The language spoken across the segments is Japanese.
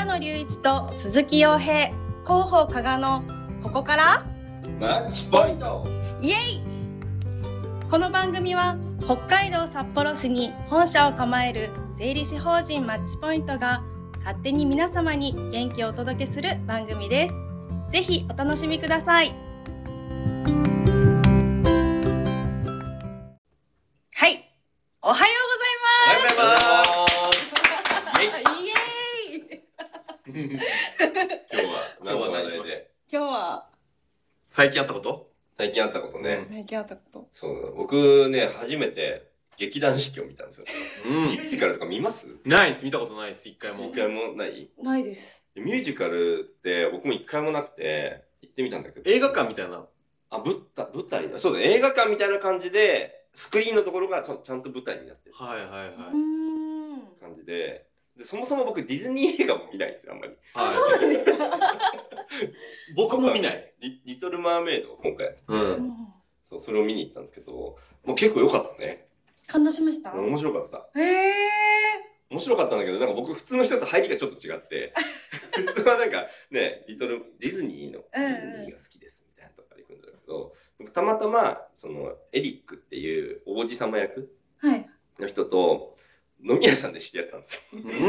野隆一と鈴木陽平、広報加賀のここからマッチポイント。 イエイ。この番組は北海道札幌市に本社を構える税理士法人マッチポイントが勝手に皆様に元気をお届けする番組です。ぜひお楽しみください。はい、おはようございます。イエーイ。 今日は何の話題で？ 今日は最近あったこと？ 最近あったことね。 最近あったこと。 そう僕ね、初めて劇団四季を見たんですよ。ミュージカルとか見ます？ ないです。見たことないです。一回も。 一回もない？ ないです。 ミュージカルって僕も一回もなくて行ってみたんだけど。 映画館みたいな。 舞台だ。そうだ、映画館みたいな感じでスクリーンのところがちゃんと舞台になってる。 はいはいはい。 感じで。そもそも僕ディズニー映画も見ないんですよ、あんまり。 はい、そうなんですか。 僕も見ない。 リトルマーメイドを今回やってて、そう、それを見に行ったんですけど、もう結構良かったね。 感動しました？ 面白かった。面白かったんだけど、なんか僕普通の人と入りがちょっと違って、普通はなんかね、ディズニーが好きですみたいなとこから行くんだけど、僕たまたまそのエリックっていう王子様役の人と飲み屋さんで知り合ったんです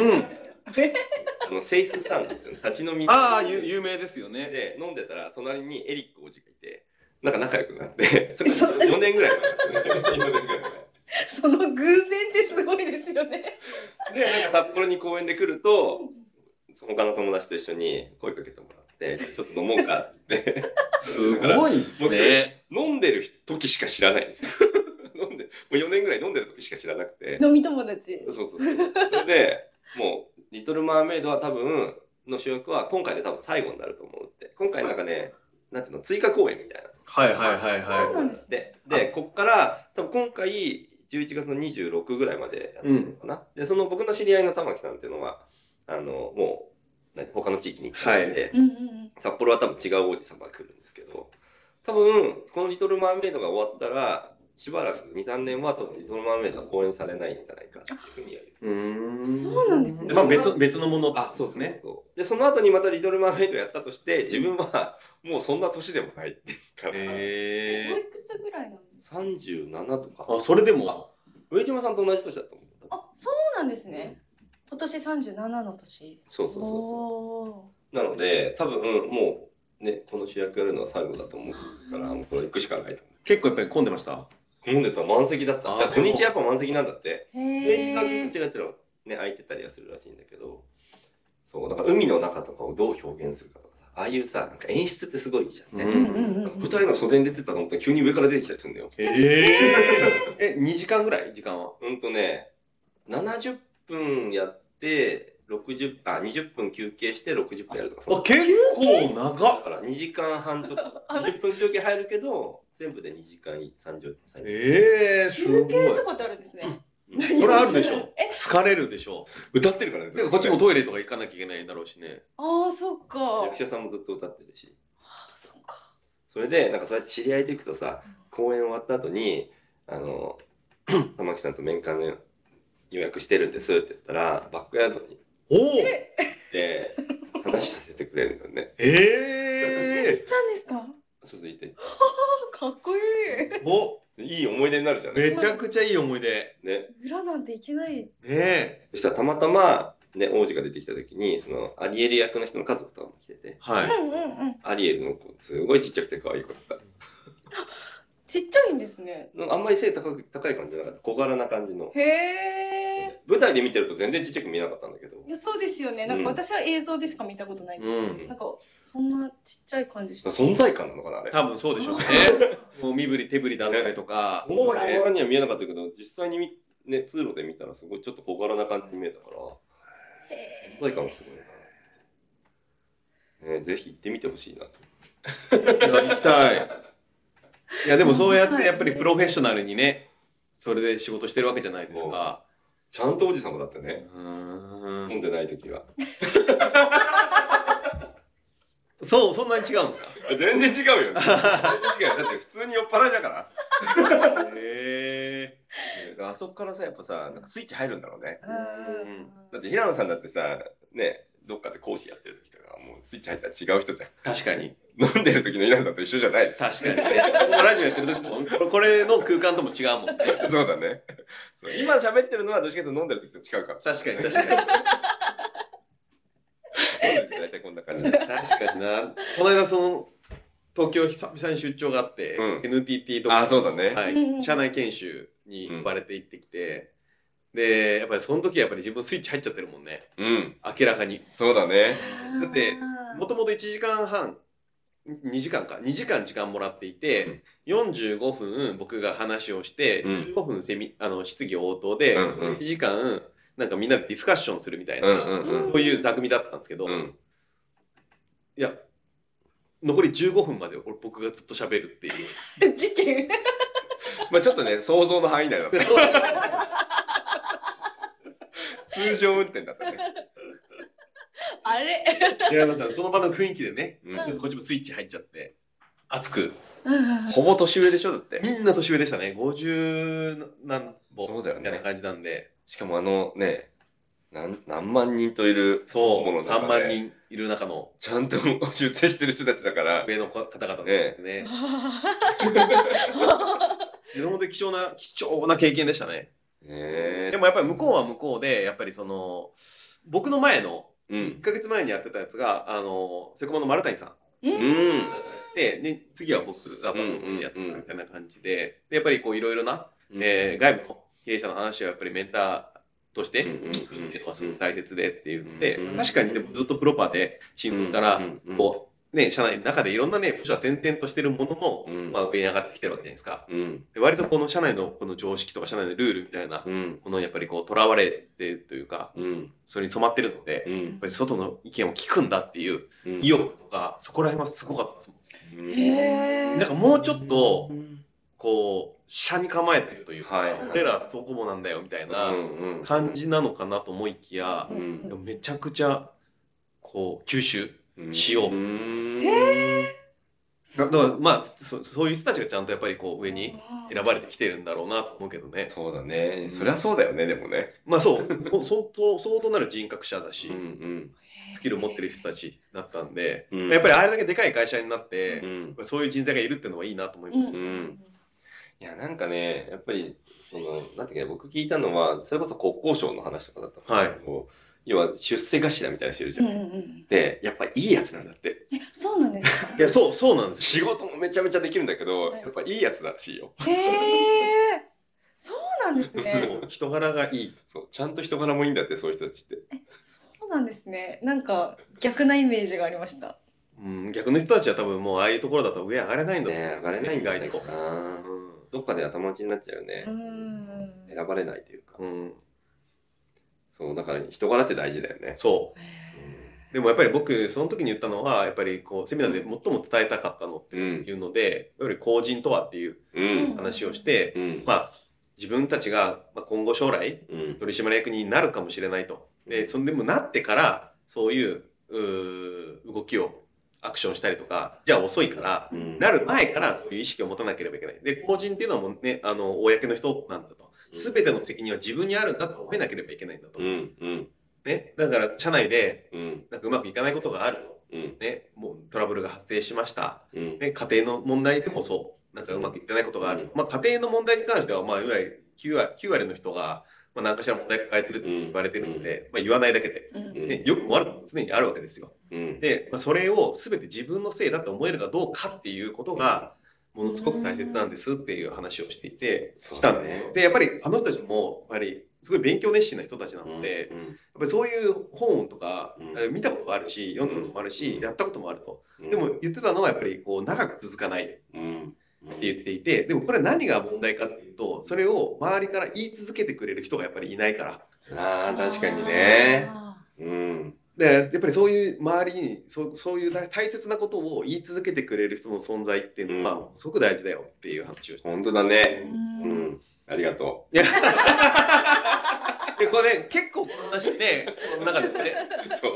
よ。セイスさんって立ち飲み。 ああ、有名ですよね。 で、飲んでたら隣にエリック王子がいて、なんか仲良くなって、それ4年ぐらい前ですよね。4年ぐらい前。 その偶然ってすごいですよね。 で、なんか札幌に公園で来ると、他の友達と一緒に声かけてもらって、ちょっと飲もうかって言って。 すごいっすね。 飲んでる時しか知らないんですよ。もう4年ぐらい飲んでる時しか知らなくて。 飲み友達。 そう。それで、もう、リトル・マーメイドは多分、の主役は今回で多分最後になると思うって。今回なんかね、なんていうの、追加公演みたいな。 はい。 そうなんですね。で、こっから、多分今回、11月の26ぐらいまでやってるのかな。で、その僕の知り合いの玉木さんっていうのは、もう、他の地域に行ってるんで、札幌は多分違う王子様が来るんですけど、多分、このリトル・マーメイドが終わったら、しばらく2、3年は多分リトル・マーメイドは公演されないんじゃないかっていうふうに言われる。 そうなんですね。 まあ別のもの。 あ、そうですね。で、その後にまたリトル・マーメイドやったとして、自分はもうそんな年でもないってから。 おいくつぐらいなんですか ？37とか。 あ、それでも。 上島さんと同じ年だと思う。 あ、そうなんですね。今年37の年。 そう。なので、多分もうね、この主役やるのは最後だと思うから、もうこれ行くしかないと思う。 結構やっぱり混んでました？ 混んでた、満席だった。土日やっぱ満席なんだって。平日はちらちらね、空いてたりはするらしいんだけど、そう、だから海の中とかをどう表現するかとかさ、ああいうさ、なんか演出ってすごいじゃんね。舞台の袖に出てたと思ったら急に上から出てきたりするんだよ。 2時間ぐらい時間は 70分やって、20分休憩して60分やるとか。 結構長っ。だから2時間半ちょっと、20分休憩入るけど、全部で2時間30分。 休憩とかってあるんですね。 それあるでしょ。疲れるでしょ。 歌ってるからね。 こっちもトイレとか行かなきゃいけないだろうしね。 ああ、そっか。 役者さんもずっと歌ってるし。 そっか。 それで、なんかそうやって知り合いと行くとさ、公演終わった後に、玉木さんと面会の予約してるんですって言ったら、バックヤードに行って話させてくれるんだよね。 行ったんですか？ 続いて。 かっこいい。 いい思い出になるじゃん。 めちゃくちゃいい思い出。 ね。 裏なんていけない。 そしたらたまたま、ね、王子が出てきた時に、その、アリエル役の人の家族とかも来てて、アリエルの子、すごいちっちゃくて可愛い子だった。 ちっちゃいんですね。 あんまり背高い感じじゃなかった。小柄な感じの。舞台で見てると全然ちっちゃく見えなかったんだけど。 いや、そうですよね。なんか私は映像でしか見たことないんですけど、なんかそんなちっちゃい感じして。 存在感なのかなあれ。 多分そうでしょうね。もう身振り手振りだったりとか。 その小柄には見えなかったけど、実際にね、通路で見たらすごいちょっと小柄な感じに見えたから、存在感がすごいな。ぜひ行ってみてほしいなと。 行きたい。いやでもそうやってやっぱりプロフェッショナルにね、それで仕事してるわけじゃないですか。 ちゃんと王子様だってね。飲んでない時は。 そんなに違うんですか？ 全然違うよ。だって普通に酔っ払いだから。あそこからさ、やっぱさ、なんかスイッチ入るんだろうね。だって平野さんだってさ、ね、 どっかで講師やってる時とか、もうスイッチ入ったら違う人じゃん。 確かに。 飲んでる時の稲さんと一緒じゃない。 確かにね。このラジオやってる時も、これの空間とも違うもんね。 そうだね。そう今喋ってるのはどっちかというと飲んでる時と違うから。 確かに、確かに。 大体こんな感じで。 確かにな。この間、東京久々に出張があって、NTT とか、 そうだね。 はい、社内研修に呼ばれて行ってきて、で、やっぱりその時はやっぱり自分スイッチ入っちゃってるもんね。明らかに。 そうだね。 だって、もともと1時間半、2時間か、2時間時間もらっていて、45分僕が話をして、15分質疑応答で、1時間、なんかみんなでディスカッションするみたいな、そういう座組だったんですけど、いや、残り15分まで僕がずっと喋るっていう。 事件まあちょっとね、想像の範囲内だった。通常運転だったね。 あれいや、なんかその場の雰囲気でね、ちょっとこっちもスイッチ入っちゃって、熱く。 ほぼ年上でしょだって。 みんな年上でしたね。50何歩みたいな感じなんで。 しかもね、何万人といるもの3万人いる中の。 ちゃんと出世してる人たちだから。 上の方々ですね。本当に貴重な経験でしたね。でもやっぱり向こうは向こうで、やっぱり僕の前の、1ヶ月前にやってたやつが、セコモの丸谷さん。で、次は僕がやったみたいな感じで、やっぱりこういろいろな、外部の経営者の話をやっぱりメンターとして聞くっていうのはすごく大切でっていうので、確かにでもずっとプロパで新卒からこう、社内の中でいろんな部署は転々としてるものの、上に上がってきてるわけじゃないですか。で割とこの社内のこの常識とか社内のルールみたいなものにやっぱりこう、とらわれてというか、それに染まってるので、やっぱり外の意見を聞くんだっていう意欲とか、そこら辺はすごかったですもん。なんかもうちょっと、こう、社に構えてるというか、俺らどこもなんだよみたいな感じなのかなと思いきや、めちゃくちゃ、こう、吸収しよう。だからまあそういう人たちがちゃんとやっぱりこう上に選ばれてきてるんだろうなと思うけどね。 そうだね。そりゃそうだよね、でもね。 まあそう、相当なる人格者だし、スキルを持ってる人たちだったんで、やっぱりあれだけでかい会社になって、そういう人材がいるっていうのはいいなと思います。 いや、なんかね、やっぱり、なんていうか、僕聞いたのは、それこそ国交省の話とかだったんですけど、要は出世頭みたいな人いるじゃん。で、やっぱいいやつなんだって。 そうなんですか？ いや、そうなんです。 仕事もめちゃめちゃできるんだけど、やっぱいいやつらしいよ。 へえ、そうなんですね。 人柄がいい。 そう、ちゃんと人柄もいいんだって、そういう人たちって。 そうなんですね。なんか逆なイメージがありました。 逆の人たちは多分もうああいうところだと上上がれないんだと思う。 上がれないんだよね。どっかで頭打ちになっちゃうよね。選ばれないというか。そう、だから人柄って大事だよね。 そう。でもやっぱり僕、その時に言ったのは、やっぱりこう、セミナーで最も伝えたかったのっていうので、やっぱり公人とはっていう話をして、まあ、自分たちが今後将来、取締役になるかもしれないと。で、そんでもなってから、そういう動きをアクションしたりとか、じゃあ遅いから、なる前からそういう意識を持たなければいけない。で、公人っていうのはもうね、公の人なんだと。すべての責任は自分にあるんだと思えなければいけないんだと。ね、だから社内でなんかうまくいかないことがあると、ね、もうトラブルが発生しました、ね、家庭の問題でもそうなんかうまくいってないことがある、まあ、家庭の問題に関しては、まあ、いわゆる9割の人が、まあ、何かしら問題を抱えてると言われてるので、まあ、言わないだけで、ね、よくも悪くも常にあるわけですよ。で、まあ、それを全て自分のせいだと思えるかどうかっていうことがものすごく大切なんですっていう話をしていてしたんですよ。でやっぱりあの人たちもやっぱりすごい勉強熱心な人たちなので、やっぱりそういう本とか見たこともあるし、読んだこともあるし、やったこともあると。でも言ってたのはやっぱりこう長く続かないって言っていて、でもこれ何が問題かっていうと、それを周りから言い続けてくれる人がやっぱりいないから。 確かにね。 でやっぱりそういう周りにそういう大切なことを言い続けてくれる人の存在っていうのはすごく大事だよっていう話をして。 本当だね。ありがとう。 でこれ、結構この話ね、この中でね、そう。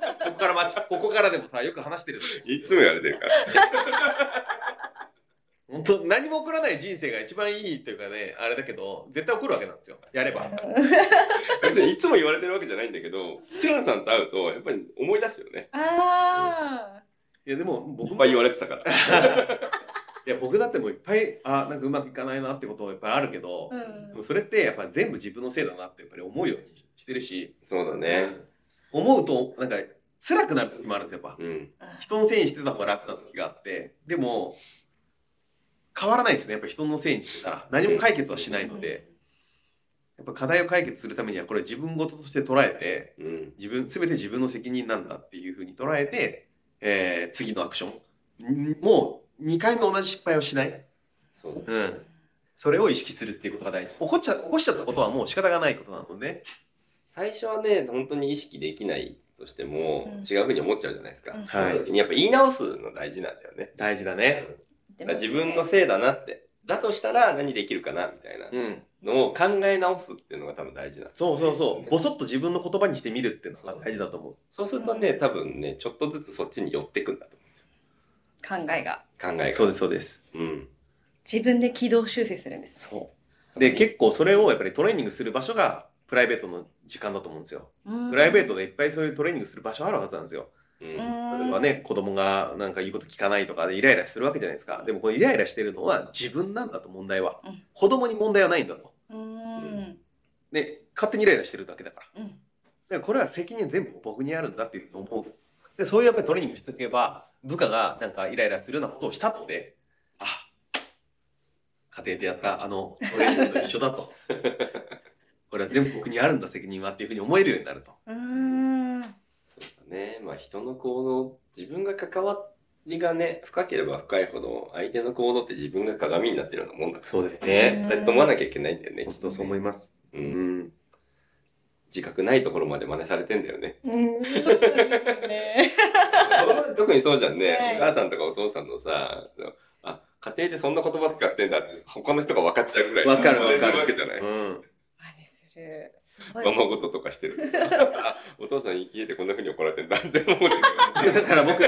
ここからでもさ、よく話してる。 いつも言われてるから。 本当何も起こらない人生が一番いいというかね、あれだけど、絶対起こるわけなんですよ。やれば。 別にいつも言われてるわけじゃないんだけど、ティラノさんと会うと、やっぱり思い出すよね。 いや、でも僕もいっぱい言われてたから。 いや、僕だってもういっぱい、なんかうまくいかないなってことはいっぱいあるけど、でもそれってやっぱり全部自分のせいだなってやっぱり思うようにしてるし。 そうだね。 思うと、なんか辛くなる時もあるんですよ、やっぱ。人のせいにしてた方が楽な時があって、でも、変わらないですね。やっぱ人のせいにしてたら。何も解決はしないので、やっぱ課題を解決するためには、これ自分事として捉えて、すべて自分の責任なんだっていうふうに捉えて、次のアクション。もう2回目同じ失敗をしない。それを意識するっていうことが大事。起こしちゃったことはもう仕方がないことなので。 最初はね、本当に意識できないとしても、違うふうに思っちゃうじゃないですか。やっぱ言い直すの大事なんだよね。 大事だね。 自分のせいだなって。だとしたら何できるかなみたいなのを考え直すっていうのが多分大事なんですよね。 そう。ぼそっと自分の言葉にしてみるっていうのが大事だと思う。 そうするとね、多分ね、ちょっとずつそっちに寄ってくんだと思うんですよ。 考えが。 そうです。 自分で軌道修正するんです。 そう。で、結構それをやっぱりトレーニングする場所がプライベートの時間だと思うんですよ。プライベートでいっぱいそういうトレーニングする場所あるはずなんですよ。例えばね、子供がなんか言うこと聞かないとかでイライラするわけじゃないですか。でもこのイライラしてるのは自分なんだと、問題は。子供に問題はないんだと。で、勝手にイライラしてるだけだから。でこれは責任全部僕にあるんだっていうふうに思う。で、そういうやっぱりトレーニングしておけば、部下がなんかイライラするようなことをしたって、家庭でやったトレーニングと一緒だと。これは全部僕にあるんだ、責任はっていうふうに思えるようになると。 そうだね。まあ人の行動、自分が関わりがね、深ければ深いほど、相手の行動って自分が鏡になってるようなもんだから、ね。 そうですね。 それと思わなきゃいけないんだよね。 本当そう思います。 自覚ないところまで真似されてんだよね。特にそうじゃんね。お母さんとかお父さんのさ、家庭でそんな言葉使ってんだって、他の人が分かっちゃうぐらい。 分かるわけじゃない。 真似する。 ままごととかしてる。お父さん家でこんな風に怒られてんだって思う。 だから僕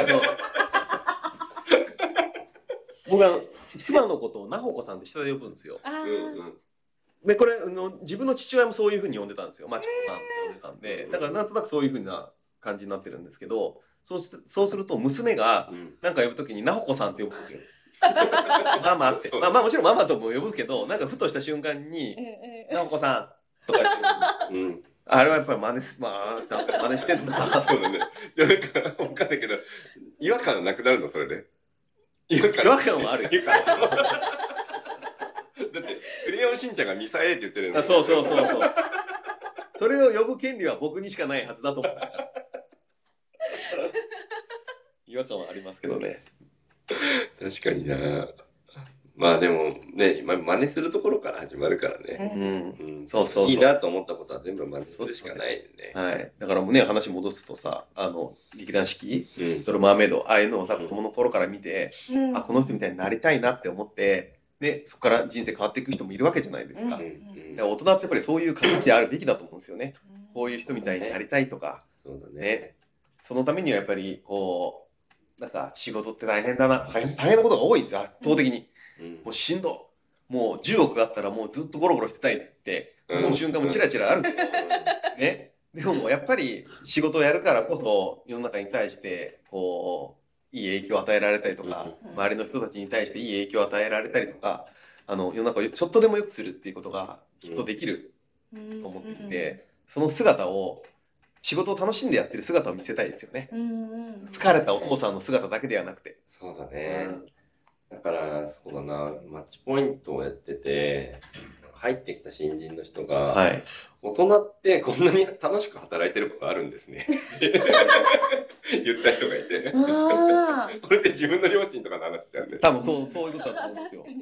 妻のことをなほこさんって下で呼ぶんですよ。で、これ自分の父親もそういう風に呼んでたんですよ。まちこさんって呼んでたんで、だからなんとなくそういう風な感じになってるんですけど、そうすると娘がなんか呼ぶときになほこさんって呼ぶんですよ。ママって。まあもちろんママとも呼ぶけど、なんかふとした瞬間に、なほこさんとか言って、あれはやっぱり真似してんだ。 そうだね。なんか、わかんないけど、違和感なくなるの、それで。 違和感はある。 だって、クレヨンしんちゃんがミサイルって言ってるんだ。 そう。それを呼ぶ権利は僕にしかないはずだと思う。違和感はありますけどね。 確かにな。まあでもね、真似するところから始まるからね。 そう。 いいなと思ったことは全部真似するしかないね。 はい。だからもうね、話戻すとさ、劇団四季、ドルマーメイド、ああいうのをさ、子供の頃から見て、この人みたいになりたいなって思って、ね、そこから人生変わっていく人もいるわけじゃないですか。大人ってやっぱりそういう感じであるべきだと思うんですよね。こういう人みたいになりたいとか。 そうだね。 そのためにはやっぱり、なんか仕事って大変だな、大変なことが多いんですよ、圧倒的に。もうしんど。もう10億あったらもうずっとゴロゴロしてたいって思う瞬間もチラチラある。ね。でもやっぱり仕事をやるからこそ世の中に対していい影響を与えられたりとか、周りの人たちに対していい影響を与えられたりとか、世の中をちょっとでも良くするっていうことがきっとできると思っていて、その姿を、仕事を楽しんでやってる姿を見せたいですよね。疲れたお父さんの姿だけではなくて。 そうだね。だから、そうだな、マッチポイントをやってて、入ってきた新人の人が、大人ってこんなに楽しく働いてることあるんですね。言った人がいて。これって自分の両親とかの話だよね。 多分そういうことだと思うんですよ。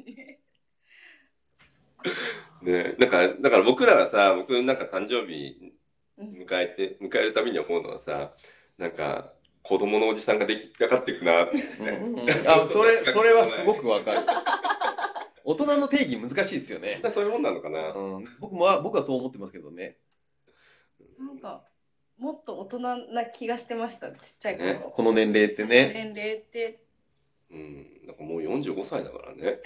ね、だから僕らはさ、僕なんか誕生日迎えるたびに思うのはさ、なんか子供のおじさんが出来上がっていくなって、 それはすごくわかる。大人の定義難しいですよね。 そういうもんなのかな。 僕はそう思ってますけどね。 なんかもっと大人な気がしてました、ちっちゃい頃。 この年齢ってね。 年齢ってなんかもう45歳だからね。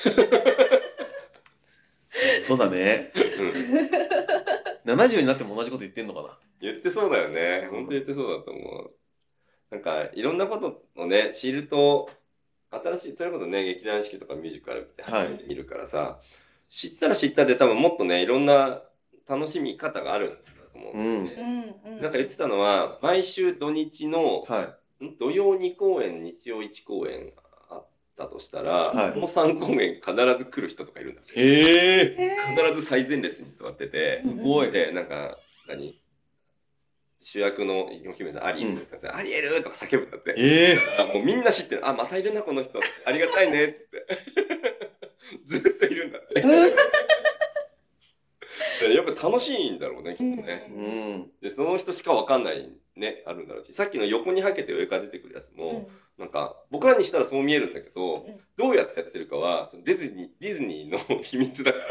そうだね。70になっても同じこと言ってんのかな。 言ってそうだよね。本当言ってそうだと思う。なんか、いろんなことをね、知ると、新しい、それこそね、劇団四季とかミュージカルって初めて見るからさ、知ったら知ったで多分もっとね、いろんな楽しみ方があるんだと思うんですよね。なんか言ってたのは、毎週土日の、土曜2公演、日曜1公演あったとしたら、この3公演必ず来る人とかいるんだ。必ず最前列に座ってて、 すごい。 で、なんか、主役の姫さん、アリエルとか叫ぶんだって。もうみんな知ってる。あ、またいるな、この人。ありがたいね、って。ずっといるんだって。やっぱ楽しいんだろうね、きっとね。で、その人しかわかんないね、あるんだろうし。さっきの横にはけて上から出てくるやつも、なんか、僕らにしたらそう見えるんだけど、どうやってやってるかは、ディズニーの秘密だから。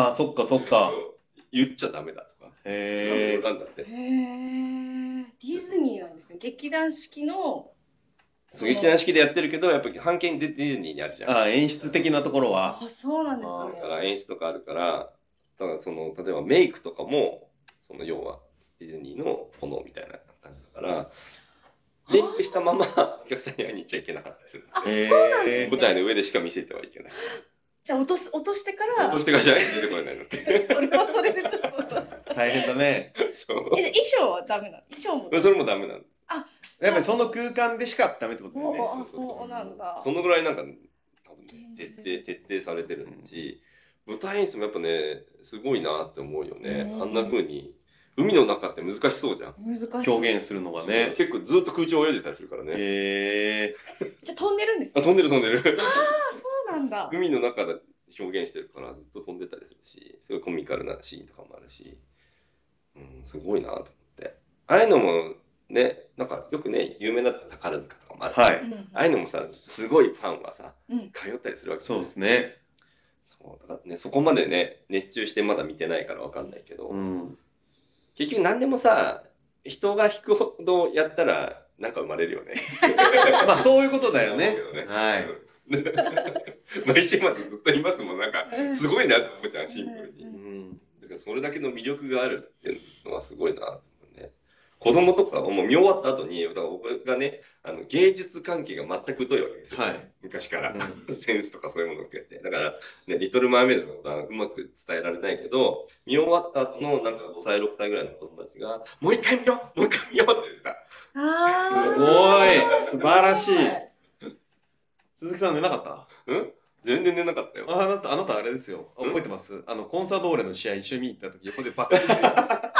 あ、そっかそっか。 言っちゃダメだとか。なんだって。 ディズニーなんですね。劇団四季の。 そう、劇団四季でやってるけど、やっぱり版権でディズニーにあるじゃん。 あ、演出的なところは。 あ、そうなんですね。 だから演出とかあるから、だから例えばメイクとかも、要はディズニーの炎みたいな感じだから、メイクしたままお客さんに会いに行っちゃいけなかったりする。 あ、そうなんですね。 舞台の上でしか見せてはいけない。 じゃあ落としてから落としてからじゃないと出てこれないのって。 それはそれでちょっと大変だね。 そう。 衣装はダメなの？衣装も。 それもダメなの。 あ、 やっぱりその空間でしかダメってことだよね。 そうなんだ。 そのぐらいなんか多分徹底されてるし、舞台演出もやっぱねすごいなって思うよね。あんな風に海の中って難しそうじゃん。 難しい。 表現するのがね。 結構ずっと空中泳いでたりするからね。 じゃあ飛んでるんですか？ 飛んでる。ああ、 そうなんだ。 海の中で表現してるからずっと飛んでたりするし、すごいコミカルなシーンとかもあるし、すごいなと思って。ああいうのもね、なんかよくね、有名だった宝塚とかもある。ああいうのもさ、すごいファンはさ、通ったりするわけ。 そうですね。 そう、だからね、そこまでね、熱中してまだ見てないからわかんないけど、結局何でもさ、人が引くほどやったら、なんか生まれるよね。 まあそういうことだよね。はい。 毎週末ずっといますもん、なんか、すごいなと思うじゃん、シンプルに。だからそれだけの魅力があるっていうのはすごいなと思うね。子供とかもう見終わった後に、だから僕がね、芸術関係が全く疎いわけですよ。昔から。センスとかそういうものを含めて。だから、ね、リトル・マーメイドのことはうまく伝えられないけど、見終わった後のなんか5歳、6歳ぐらいの子供たちが、もう一回見ようって言ってた。 すごい素晴らしい。鈴木さん寝なかった？ 全然寝なかったよ。 あなたあれですよ。覚えてます？コンサドーレの試合一緒に見に行った時、横でバカ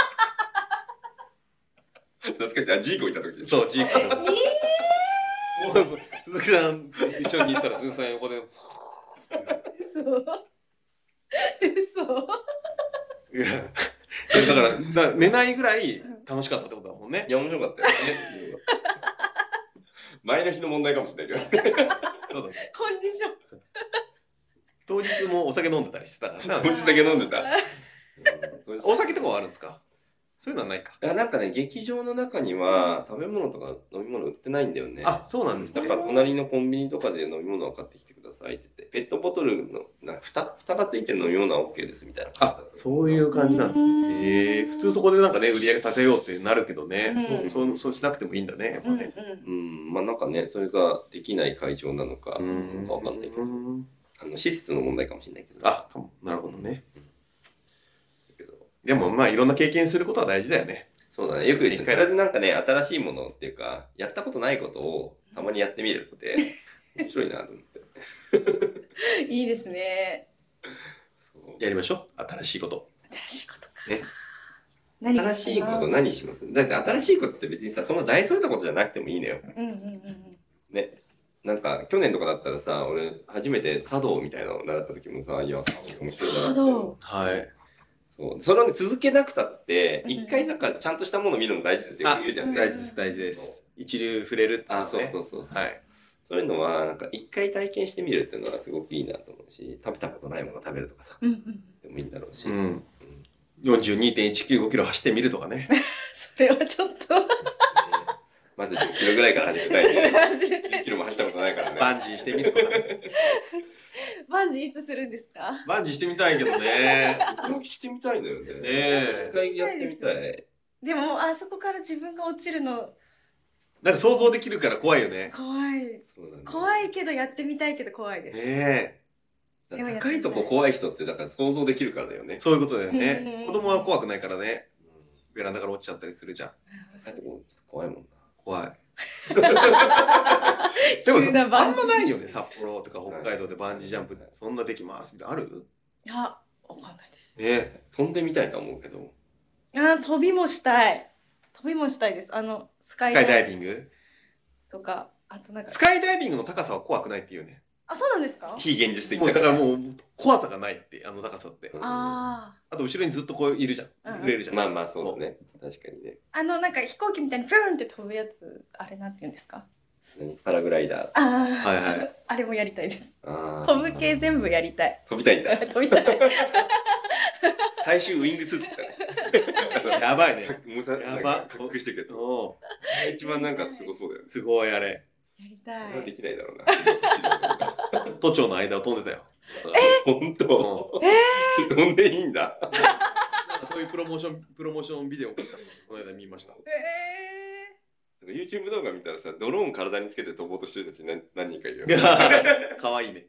懐かしい。あ、ジーコいた時。 そう、ジーコ。鈴木さん一緒に行ったら、鈴木さん横で。 嘘。 いや、だから寝ないぐらい楽しかったってことだもんね。 いや、面白かったよね。前の日の問題かもしれないけど。そうだね。 コンディション。 当日もお酒飲んでたりしてたからな。 当日だけ飲んでた。 お酒とかはあるんですか？そういうのはないか。 なんかね、劇場の中には食べ物とか飲み物売ってないんだよね。 あ、そうなんですね。 だから隣のコンビニとかで飲み物を買ってきてくださいって言って、ペットボトルの蓋がついてる飲み物は OK ですみたいな。 あ、そういう感じなんですね。普通そこでなんかね、売り上げ立てようってなるけどね、そうしなくてもいいんだね、やっぱね。 まあなんかね、それができない会場なのか、わかんないけど、施設の問題かもしれないけど。 あ、なるほどね。でもまあいろんな経験することは大事だよね。 そうだね。よく必ずなんかね、新しいものっていうか、やったことないことをたまにやってみるって面白いなと思って。 いいですね。 やりましょう。新しいこと。 新しいことか。 ね。新しいこと何します？だって新しいことって別にさ、そんな大それたことじゃなくてもいいのよ。ね。なんか去年とかだったらさ、俺初めて茶道みたいなのを習った時もさ、いや、茶道面白いなって。 茶道。 はい。 それをね、続けなくたって、一回なんかちゃんとしたものを見るの大事って言うじゃん。 大事です、大事です。一流触れるってそう。はい。そういうのは、なんか一回体験してみるっていうのはすごくいいなと思うし、食べたことないものを食べるとかさ、でもいいんだろうし。 42.195 キロ走ってみるとかね。 それはちょっと。 まず10キロぐらいから始めたいね。10キロも走ったことないからね。 バンジーしてみるとかね。 バンジーいつするんですか？ バンジーしてみたいけどね。 してみたいんだよね。 ね、 実際やってみたい。 でもあそこから自分が落ちるのなんか想像できるから怖いよね。 怖い。そうだね、怖いけどやってみたいけど怖いです。 高いとこ怖い人ってだから想像できるからだよね。 そういうことだよね。子供は怖くないからね。ベランダから落ちちゃったりするじゃん。 怖いもんな。 怖い。でもあんまないよね。札幌とか北海道でバンジージャンプそんなできますみたいなある？ いや、わかんないです。 ね、飛んでみたいと思うけど。 飛びもしたい。飛びもしたいです。スカイダイビングとか、あとなんか。 スカイダイビングの高さは怖くないっていうね。 あ、そうなんですか？ 非現実的だからもう怖さがないって、高さって。 あと後ろにずっとこういるじゃん。触れるじゃん。 まあまあそうだね。確かにね。 なんか飛行機みたいにピューンって飛ぶやつ、あれなんて言うんですか？ パラグライダー。 はいはい。 あれもやりたいです。飛ぶ系全部やりたい。 飛びたいんだ。 飛びたい。 最終ウィングスーツだね。 やばいね。 やば。隠してるけど。一番なんかすごそうだよね。 すごいあれ。 やりたい。 できないだろうな。 都庁の間を飛んでたよ。 本当？飛んでいいんだ。 そういうプロモーションビデオをこの間見ました。 YouTube 動画見たらさ、ドローン体につけて飛ぼうとしてる人たち何人かいるよ。 かわいいね。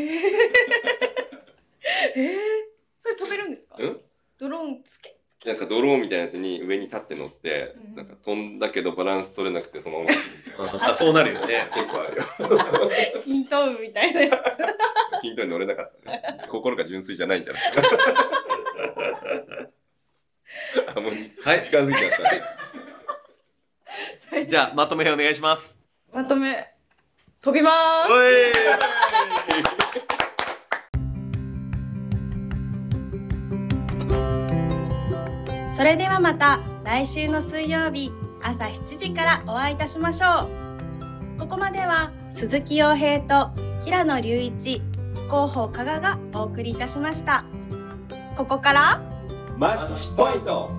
それ飛べるんですか？ドローンつけなんかドローンみたいなやつに上に立って乗って、なんか飛んだけどバランス取れなくてそのままそうなるよね。 結構あるよ。 キントーンみたいなやつ。キントーンに乗れなかったね。心が純粋じゃないんじゃないかな。もう時間過ぎちゃった。 じゃあまとめお願いします。 まとめ飛びまーす。それではまた来週の水曜日朝7時からお会いいたしましょう。ここまでは鈴木陽平と平野隆一、広報加賀がお送りいたしました。ここからマッチポイント。